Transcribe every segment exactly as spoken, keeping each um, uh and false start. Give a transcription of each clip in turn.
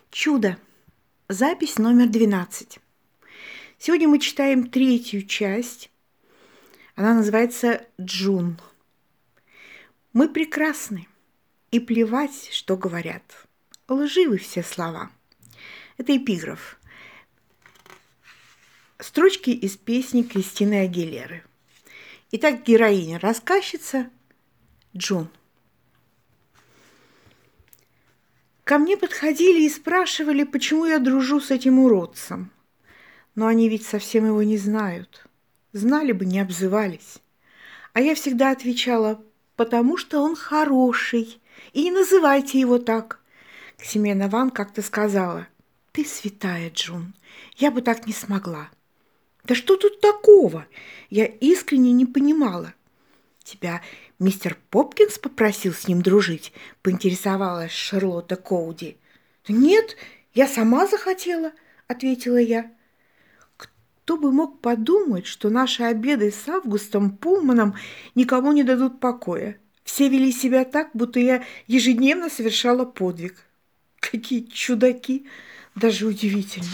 Чудо. Запись номер двенадцать. Сегодня мы читаем третью часть. Она называется «Джун». Мы прекрасны, и плевать, что говорят. Лживы все слова. Это эпиграф. Строчки из песни Кристины Агилеры. Итак, героиня, рассказчица Джун. Ко мне подходили и спрашивали, почему я дружу с этим уродцем. Но они ведь совсем его не знают. Знали бы, не обзывались. А я всегда отвечала, потому что он хороший, и не называйте его так. Ксимена Ван как-то сказала, ты святая, Джун, я бы так не смогла. Да что тут такого? Я искренне не понимала. Тебя мистер Попкинс попросил с ним дружить, поинтересовалась Шарлотта Коуди. Нет, я сама захотела, ответила я. Кто бы мог подумать, что наши обеды с Августом Пулманом никому не дадут покоя. Все вели себя так, будто я ежедневно совершала подвиг. Какие чудаки, даже удивительно.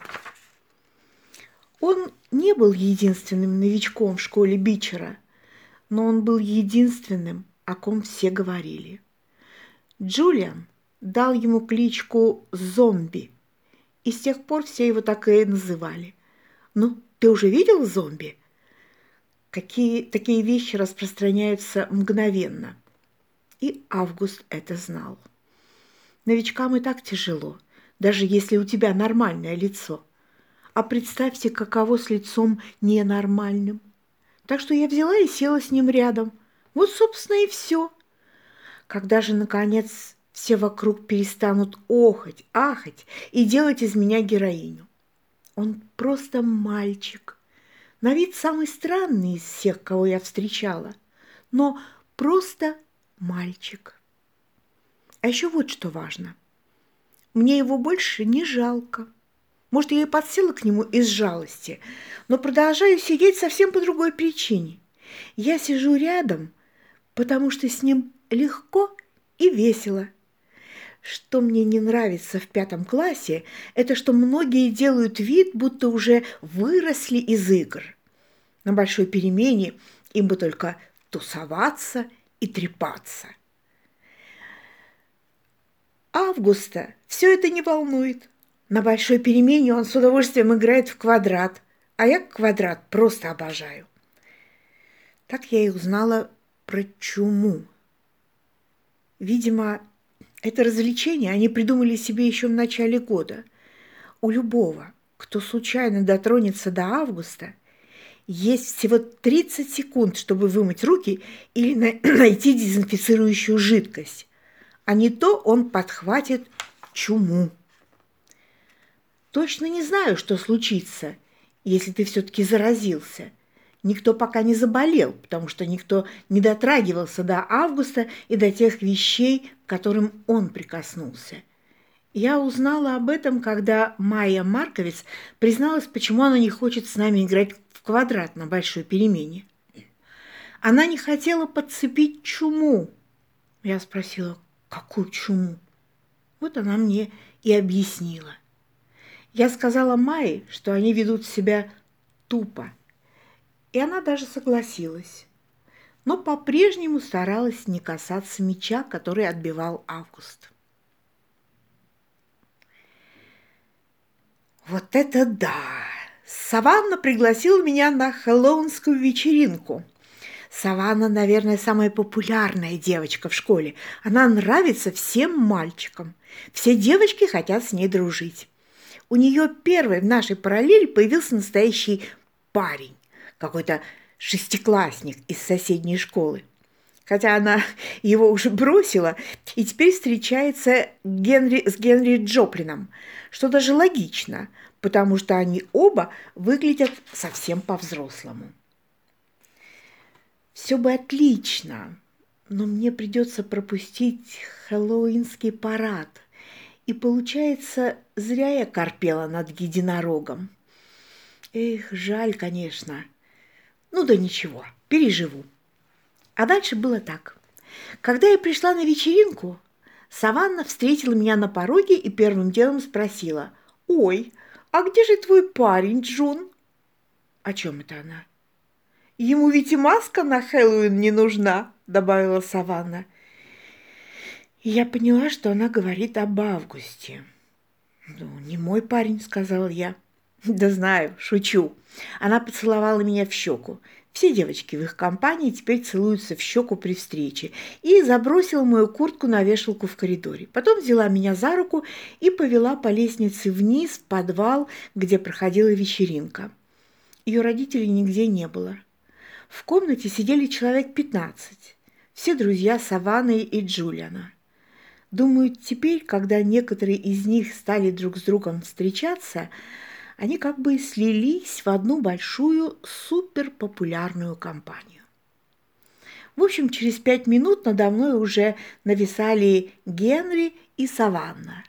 Он не был единственным новичком в школе Бичера, но он был единственным, о ком все говорили. Джулиан дал ему кличку «Зомби», и с тех пор все его так и называли. «Ну, ты уже видел зомби?» Какие такие вещи распространяются мгновенно. И Август это знал. Новичкам и так тяжело, даже если у тебя нормальное лицо. А представьте, каково с лицом ненормальным. Так что я взяла и села с ним рядом. Вот, собственно, и все. Когда же, наконец, все вокруг перестанут охать, ахать и делать из меня героиню? Он просто мальчик. На вид самый странный из всех, кого я встречала. Но просто мальчик. А еще вот что важно. Мне его больше не жалко. Может, я и подсела к нему из жалости, но продолжаю сидеть совсем по другой причине. Я сижу рядом, потому что с ним легко и весело. Что мне не нравится в пятом классе, это что многие делают вид, будто уже выросли из игр. На большой перемене им бы только тусоваться и трепаться. Августа все это не волнует. На большой перемене он с удовольствием играет в квадрат, а я квадрат просто обожаю. Так я и узнала про чуму. Видимо, это развлечение они придумали себе еще в начале года. У любого, кто случайно дотронется до Августа, есть всего тридцать секунд, чтобы вымыть руки или найти дезинфицирующую жидкость. А не то он подхватит чуму. Точно не знаю, что случится, если ты все-таки заразился. Никто пока не заболел, потому что никто не дотрагивался до Августа и до тех вещей, к которым он прикоснулся. Я узнала об этом, когда Майя Марковиц призналась, почему она не хочет с нами играть в квадрат на большой перемене. Она не хотела подцепить чуму. Я спросила, какую чуму? Вот она мне и объяснила. Я сказала Майе, что они ведут себя тупо, и она даже согласилась, но по-прежнему старалась не касаться мяча, который отбивал Август. Вот это да! Саванна пригласила меня на хэллоуинскую вечеринку. Саванна, наверное, самая популярная девочка в школе. Она нравится всем мальчикам. Все девочки хотят с ней дружить. У нее первой в нашей параллели появился настоящий парень, какой-то шестиклассник из соседней школы. Хотя она его уже бросила и теперь встречается Генри, с Генри Джоплином, что даже логично, потому что они оба выглядят совсем по-взрослому. Все бы отлично, но мне придется пропустить хэллоуинский парад. И получается, зря я корпела над единорогом. Эх, жаль, конечно. Ну да ничего, переживу. А дальше было так. Когда я пришла на вечеринку, Саванна встретила меня на пороге и первым делом спросила: «Ой, а где же твой парень, Джун?» «О чем это она?» «Ему ведь и маска на Хэллоуин не нужна», — добавила Саванна. И я поняла, что она говорит об Августе. «Ну, не мой парень», — сказала я. «Да знаю, шучу». Она поцеловала меня в щеку. Все девочки в их компании теперь целуются в щеку при встрече. И забросила мою куртку на вешалку в коридоре. Потом взяла меня за руку и повела по лестнице вниз в подвал, где проходила вечеринка. Ее родителей нигде не было. В комнате сидели человек пятнадцать. Все друзья Саванны и Джулиана. Думаю, теперь, когда некоторые из них стали друг с другом встречаться, они как бы слились в одну большую суперпопулярную компанию. В общем, через пять минут надо мной уже нависали Генри и Саванна.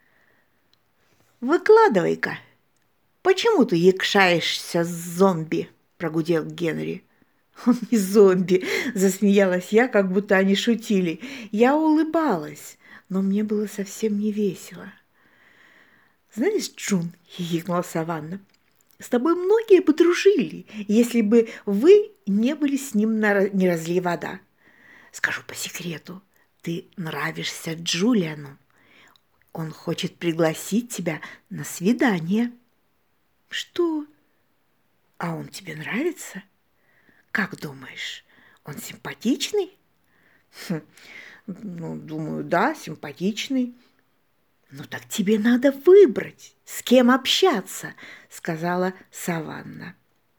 «Выкладывай-ка, почему ты якшаешься с зомби?» – прогудел Генри. «Он не зомби», – засмеялась я, как будто они шутили. Я улыбалась, но мне было совсем не весело. «Знаешь, Джун, – хихикнула Саванна, – с тобой многие подружили, если бы вы не были с ним на «не разлей вода». Скажу по секрету, ты нравишься Джулиану. Он хочет пригласить тебя на свидание». «Что? А он тебе нравится? Как думаешь, он симпатичный?» «Хм, ну, думаю, да, симпатичный». «Ну так тебе надо выбрать, с кем общаться», — сказала Саванна.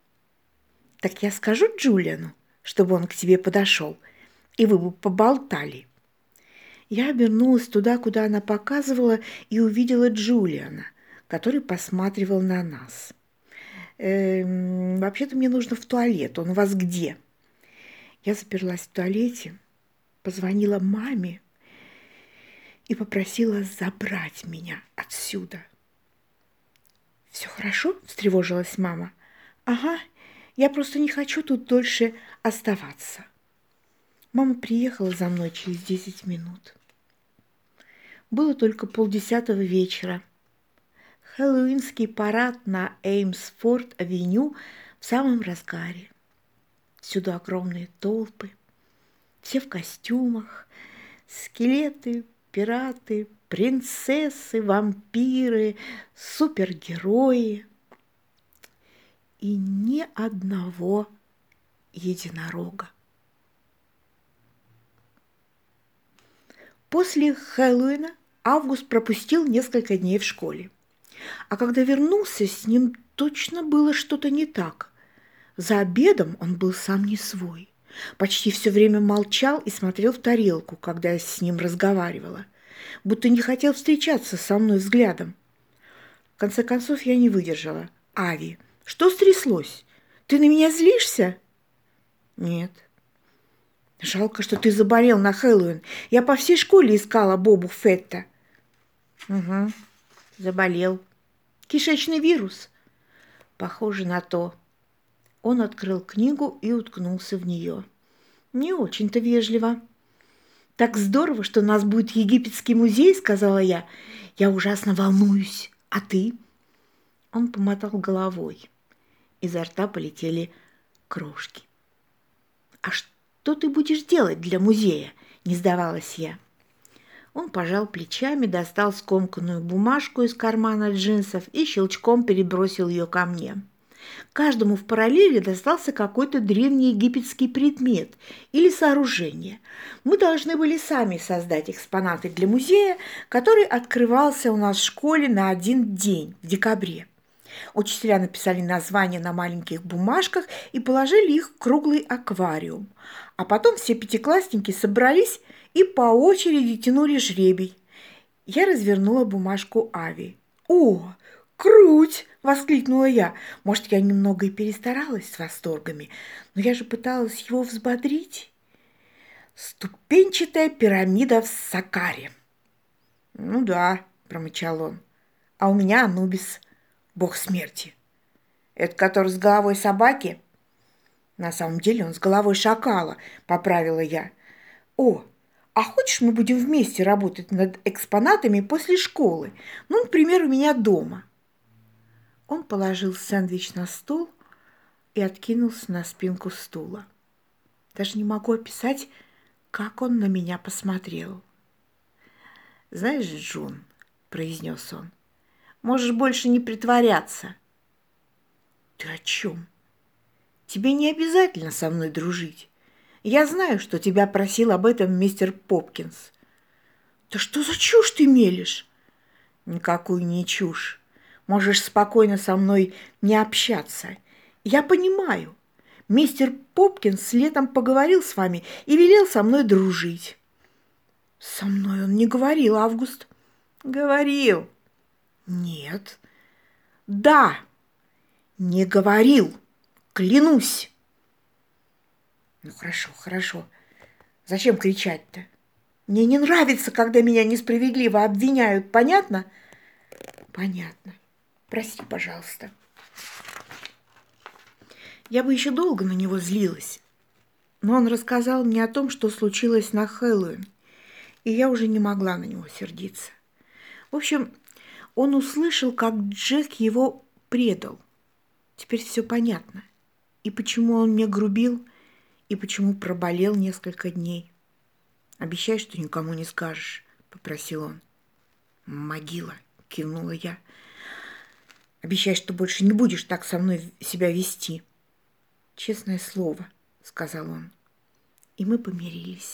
«Так я скажу Джулиану, чтобы он к тебе подошел, и вы бы поболтали». Я обернулась туда, куда она показывала, и увидела Джулиана, который посматривал на нас. «Эм, вообще-то мне нужно в туалет, он у вас где?» Я заперлась в туалете, позвонила маме и попросила забрать меня отсюда. «Все хорошо?» – встревожилась мама. «Ага, я просто не хочу тут дольше оставаться». Мама приехала за мной через десять минут. Было только полдесятого вечера. Хэллоуинский парад на Эймсфорд-авеню в самом разгаре. Всюду огромные толпы, все в костюмах, скелеты, пираты, принцессы, вампиры, супергерои. И ни одного единорога. После Хэллоуина Август пропустил несколько дней в школе. А когда вернулся, с ним точно было что-то не так. За обедом он был сам не свой. Почти все время молчал и смотрел в тарелку, когда я с ним разговаривала, будто не хотел встречаться со мной взглядом. В конце концов я не выдержала. «Ави, что стряслось? Ты на меня злишься?» «Нет». «Жалко, что ты заболел на Хэллоуин. Я по всей школе искала Бобу Фетта». «Угу, заболел. Кишечный вирус?» «Похоже на то». Он открыл книгу и уткнулся в нее. «Не очень-то вежливо». «Так здорово, что у нас будет египетский музей», — сказала я. «Я ужасно волнуюсь. А ты?» Он помотал головой. Изо рта полетели крошки. «А что ты будешь делать для музея?» — не сдавалась я. Он пожал плечами, достал скомканную бумажку из кармана джинсов и щелчком перебросил ее ко мне. Каждому в параллели достался какой-то древний египетский предмет или сооружение. Мы должны были сами создать экспонаты для музея, который открывался у нас в школе на один день в декабре. Учителя написали названия на маленьких бумажках и положили их в круглый аквариум. А потом все пятиклассники собрались и по очереди тянули жребий. Я развернула бумажку Ави. «О, круть!» – воскликнула я. Может, я немного и перестаралась с восторгами, но я же пыталась его взбодрить. «Ступенчатая пирамида в Сакаре». «Ну да», – промычал он. «А у меня Анубис, бог смерти». «Это который с головой собаки?» «На самом деле он с головой шакала», – поправила я. «О, А хочешь, мы будем вместе работать над экспонатами после школы? Ну, например, у меня дома». Он положил сэндвич на стол и откинулся на спинку стула. Даже не могу описать, как он на меня посмотрел. «Знаешь, Джун», — произнес он, — «можешь больше не притворяться». «Ты о чем? Тебе не обязательно со мной дружить. Я знаю, что тебя просил об этом мистер Попкинс». «Да что за чушь ты мелешь?» «Никакую не чушь. Можешь спокойно со мной не общаться. Я понимаю. Мистер Попкинс летом поговорил с вами и велел со мной дружить». «Со мной он не говорил, Август». «Говорил». «Нет». «Да, не говорил. Клянусь». «Ну хорошо, хорошо. Зачем кричать-то? Мне не нравится, когда меня несправедливо обвиняют. Понятно?» «Понятно. Прости, пожалуйста». Я бы еще долго на него злилась, но он рассказал мне о том, что случилось на Хэллоуин, и я уже не могла на него сердиться. В общем, он услышал, как Джек его предал. Теперь все понятно. И почему он мне грубил, и почему проболел несколько дней. «Обещай, что никому не скажешь», — попросил он. «Могила», — кивнула я. «Обещай, что больше не будешь так со мной себя вести». «Честное слово», — сказал он. И мы помирились.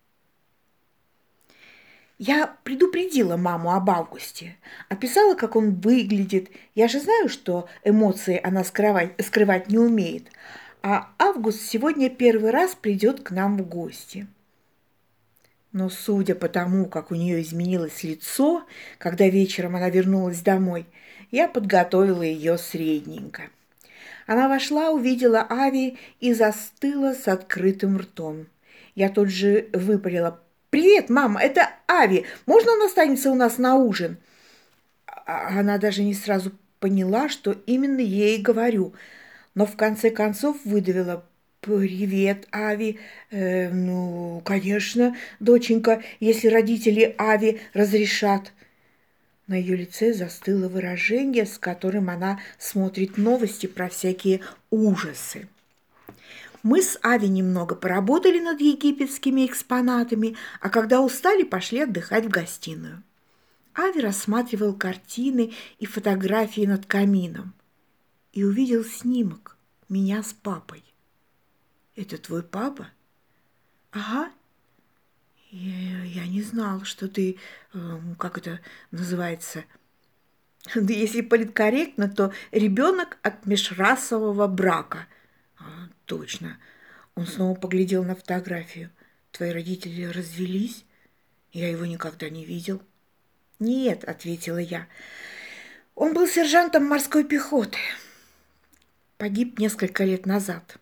Я предупредила маму об Августе, описала, как он выглядит. Я же знаю, что эмоции она скрывать, скрывать не умеет. А Август сегодня первый раз придет к нам в гости. Но судя по тому, как у нее изменилось лицо, когда вечером она вернулась домой, я подготовила ее средненько. Она вошла, увидела Ави и застыла с открытым ртом. Я тут же выпалила: «Привет, мама, это Ави. Можно он останется у нас на ужин?» Она даже не сразу поняла, что именно ей говорю, но в конце концов выдавила: «Привет, Ави. Э, ну, конечно, доченька, если родители Ави разрешат». На ее лице застыло выражение, с которым она смотрит новости про всякие ужасы. Мы с Ави немного поработали над египетскими экспонатами, а когда устали, пошли отдыхать в гостиную. Ави рассматривал картины и фотографии над камином и увидел снимок меня с папой. «Это твой папа?» «Ага». Я, я не знала, что ты, э, как это называется, да если политкорректно, то ребенок от межрасового брака. А, точно. Он снова поглядел на фотографию. Твои родители развелись? Я его никогда не видел. Нет, ответила я. Он был сержантом морской пехоты. Погиб несколько лет назад.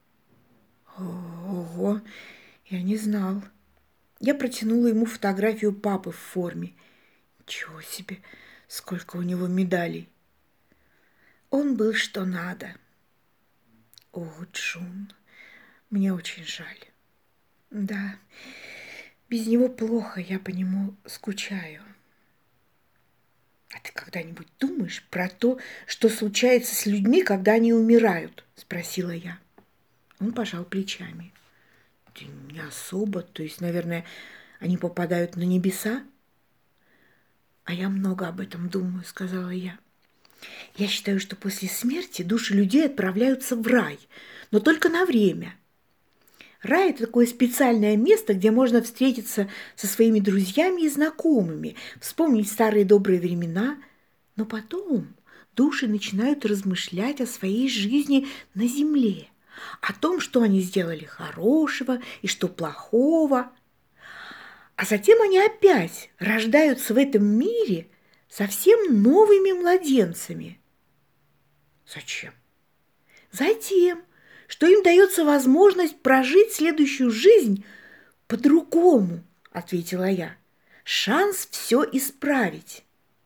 Ого, я не знал. Я протянула ему фотографию папы в форме. Ничего себе, сколько у него медалей. Он был что надо. О, Джун, мне очень жаль. Да, без него плохо, я по нему скучаю. А ты когда-нибудь думаешь про то, что случается с людьми, когда они умирают? Спросила я. Он пожал плечами. Не особо, то есть, наверное, они попадают на небеса? А я много об этом думаю, сказала я. Я считаю, что после смерти души людей отправляются в рай, но только на время. Рай – это такое специальное место, где можно встретиться со своими друзьями и знакомыми, вспомнить старые добрые времена, но потом души начинают размышлять о своей жизни на земле, о том, что они сделали хорошего и что плохого. А затем они опять рождаются в этом мире совсем новыми младенцами. Зачем? Затем, что им дается возможность прожить следующую жизнь по-другому, ответила я. Шанс все исправить.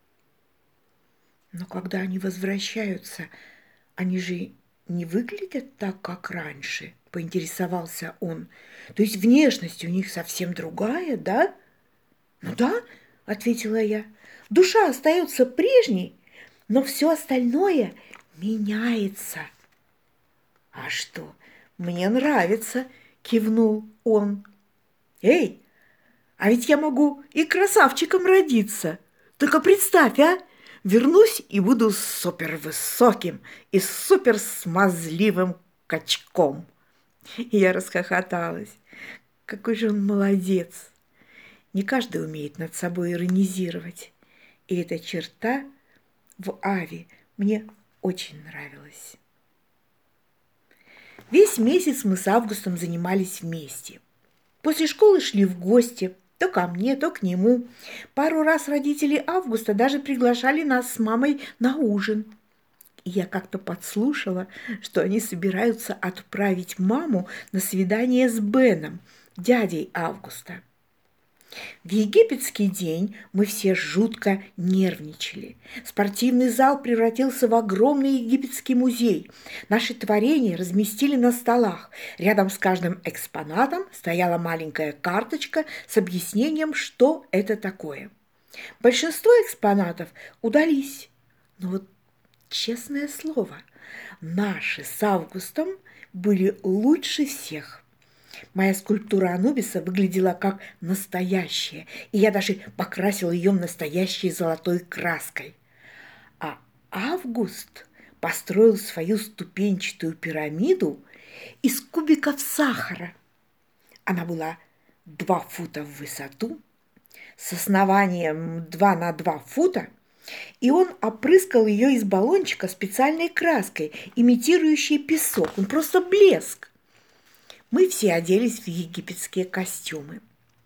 Но когда они возвращаются, они же не выглядят так, как раньше, – поинтересовался он. «То есть внешность у них совсем другая, да?» «Ну да», – ответила я. «Душа остается прежней, но все остальное меняется». «А что, мне нравится», – кивнул он. «Эй, а ведь я могу и красавчиком родиться. Только представь, а, вернусь и буду супервысоким и суперсмазливым качком». И я расхохоталась. Какой же он молодец. Не каждый умеет над собой иронизировать. И эта черта в Аве мне очень нравилась. Весь месяц мы с Августом занимались вместе. После школы шли в гости, то ко мне, то к нему. Пару раз родители Августа даже приглашали нас с мамой на ужин. И я как-то подслушала, что они собираются отправить маму на свидание с Беном, дядей Августа. В египетский день мы все жутко нервничали. Спортивный зал превратился в огромный египетский музей. Наши творения разместили на столах. Рядом с каждым экспонатом стояла маленькая карточка с объяснением, что это такое. Большинство экспонатов удались. Но вот, честное слово, наши с Августом были лучше всех. Моя скульптура Анубиса выглядела как настоящая, и я даже покрасила ее настоящей золотой краской. А Август построил свою ступенчатую пирамиду из кубиков сахара. Она была два фута в высоту, с основанием два на два фута, и он опрыскал ее из баллончика специальной краской, имитирующей песок. Он просто блеск. Мы все оделись в египетские костюмы.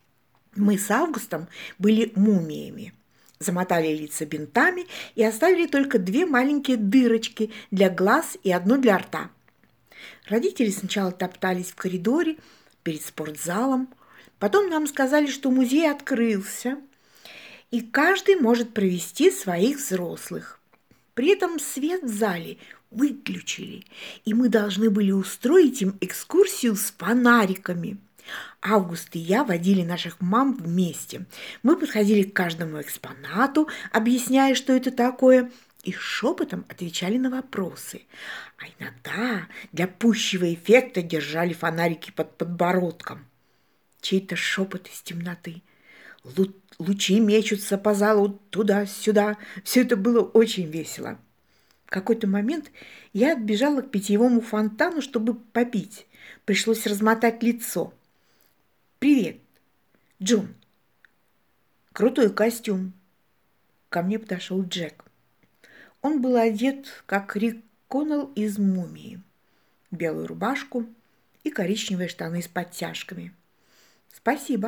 Мы с Августом были мумиями. Замотали лица бинтами и оставили только две маленькие дырочки для глаз и одну для рта. Родители сначала топтались в коридоре перед спортзалом. Потом нам сказали, что музей открылся, и каждый может провести своих взрослых. При этом свет в зале выключили, и мы должны были устроить им экскурсию с фонариками. Август и я водили наших мам вместе. Мы подходили к каждому экспонату, объясняя, что это такое, и шепотом отвечали на вопросы. А иногда для пущего эффекта держали фонарики под подбородком. Чей-то шепот из темноты. Лучи мечутся по залу туда-сюда. Все это было очень весело. В какой-то момент я отбежала к питьевому фонтану, чтобы попить. Пришлось размотать лицо. «Привет, Джун!» «Крутой костюм!» Ко мне подошел Джек. Он был одет, как Рик Коннелл из «Мумии». Белую рубашку и коричневые штаны с подтяжками. «Спасибо!»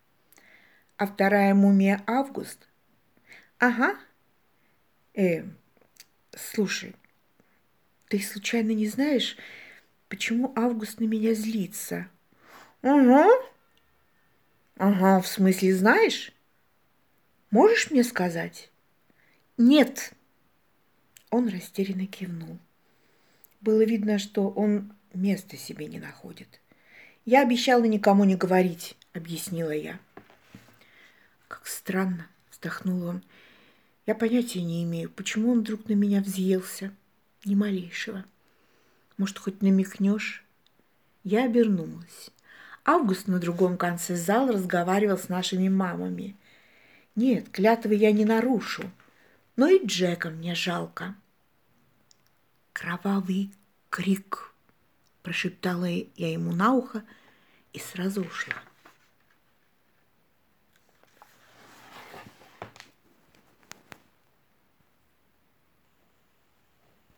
«А вторая мумия Август?» «Ага!» «Э, слушай, ты случайно не знаешь, почему Август на меня злится?» «Угу!» «Ага, в смысле знаешь? Можешь мне сказать?» «Нет!» Он растерянно кивнул. Было видно, что он места себе не находит. «Я обещала никому не говорить», — объяснила я. «Как странно», — вздохнул он. «Я понятия не имею, почему он вдруг на меня взъелся. Ни малейшего. Может, хоть намекнешь?» Я обернулась. Август на другом конце зала разговаривал с нашими мамами. Нет, клятвы я не нарушу, но и Джека мне жалко. «Кровавый крик», — прошептала я ему на ухо и сразу ушла.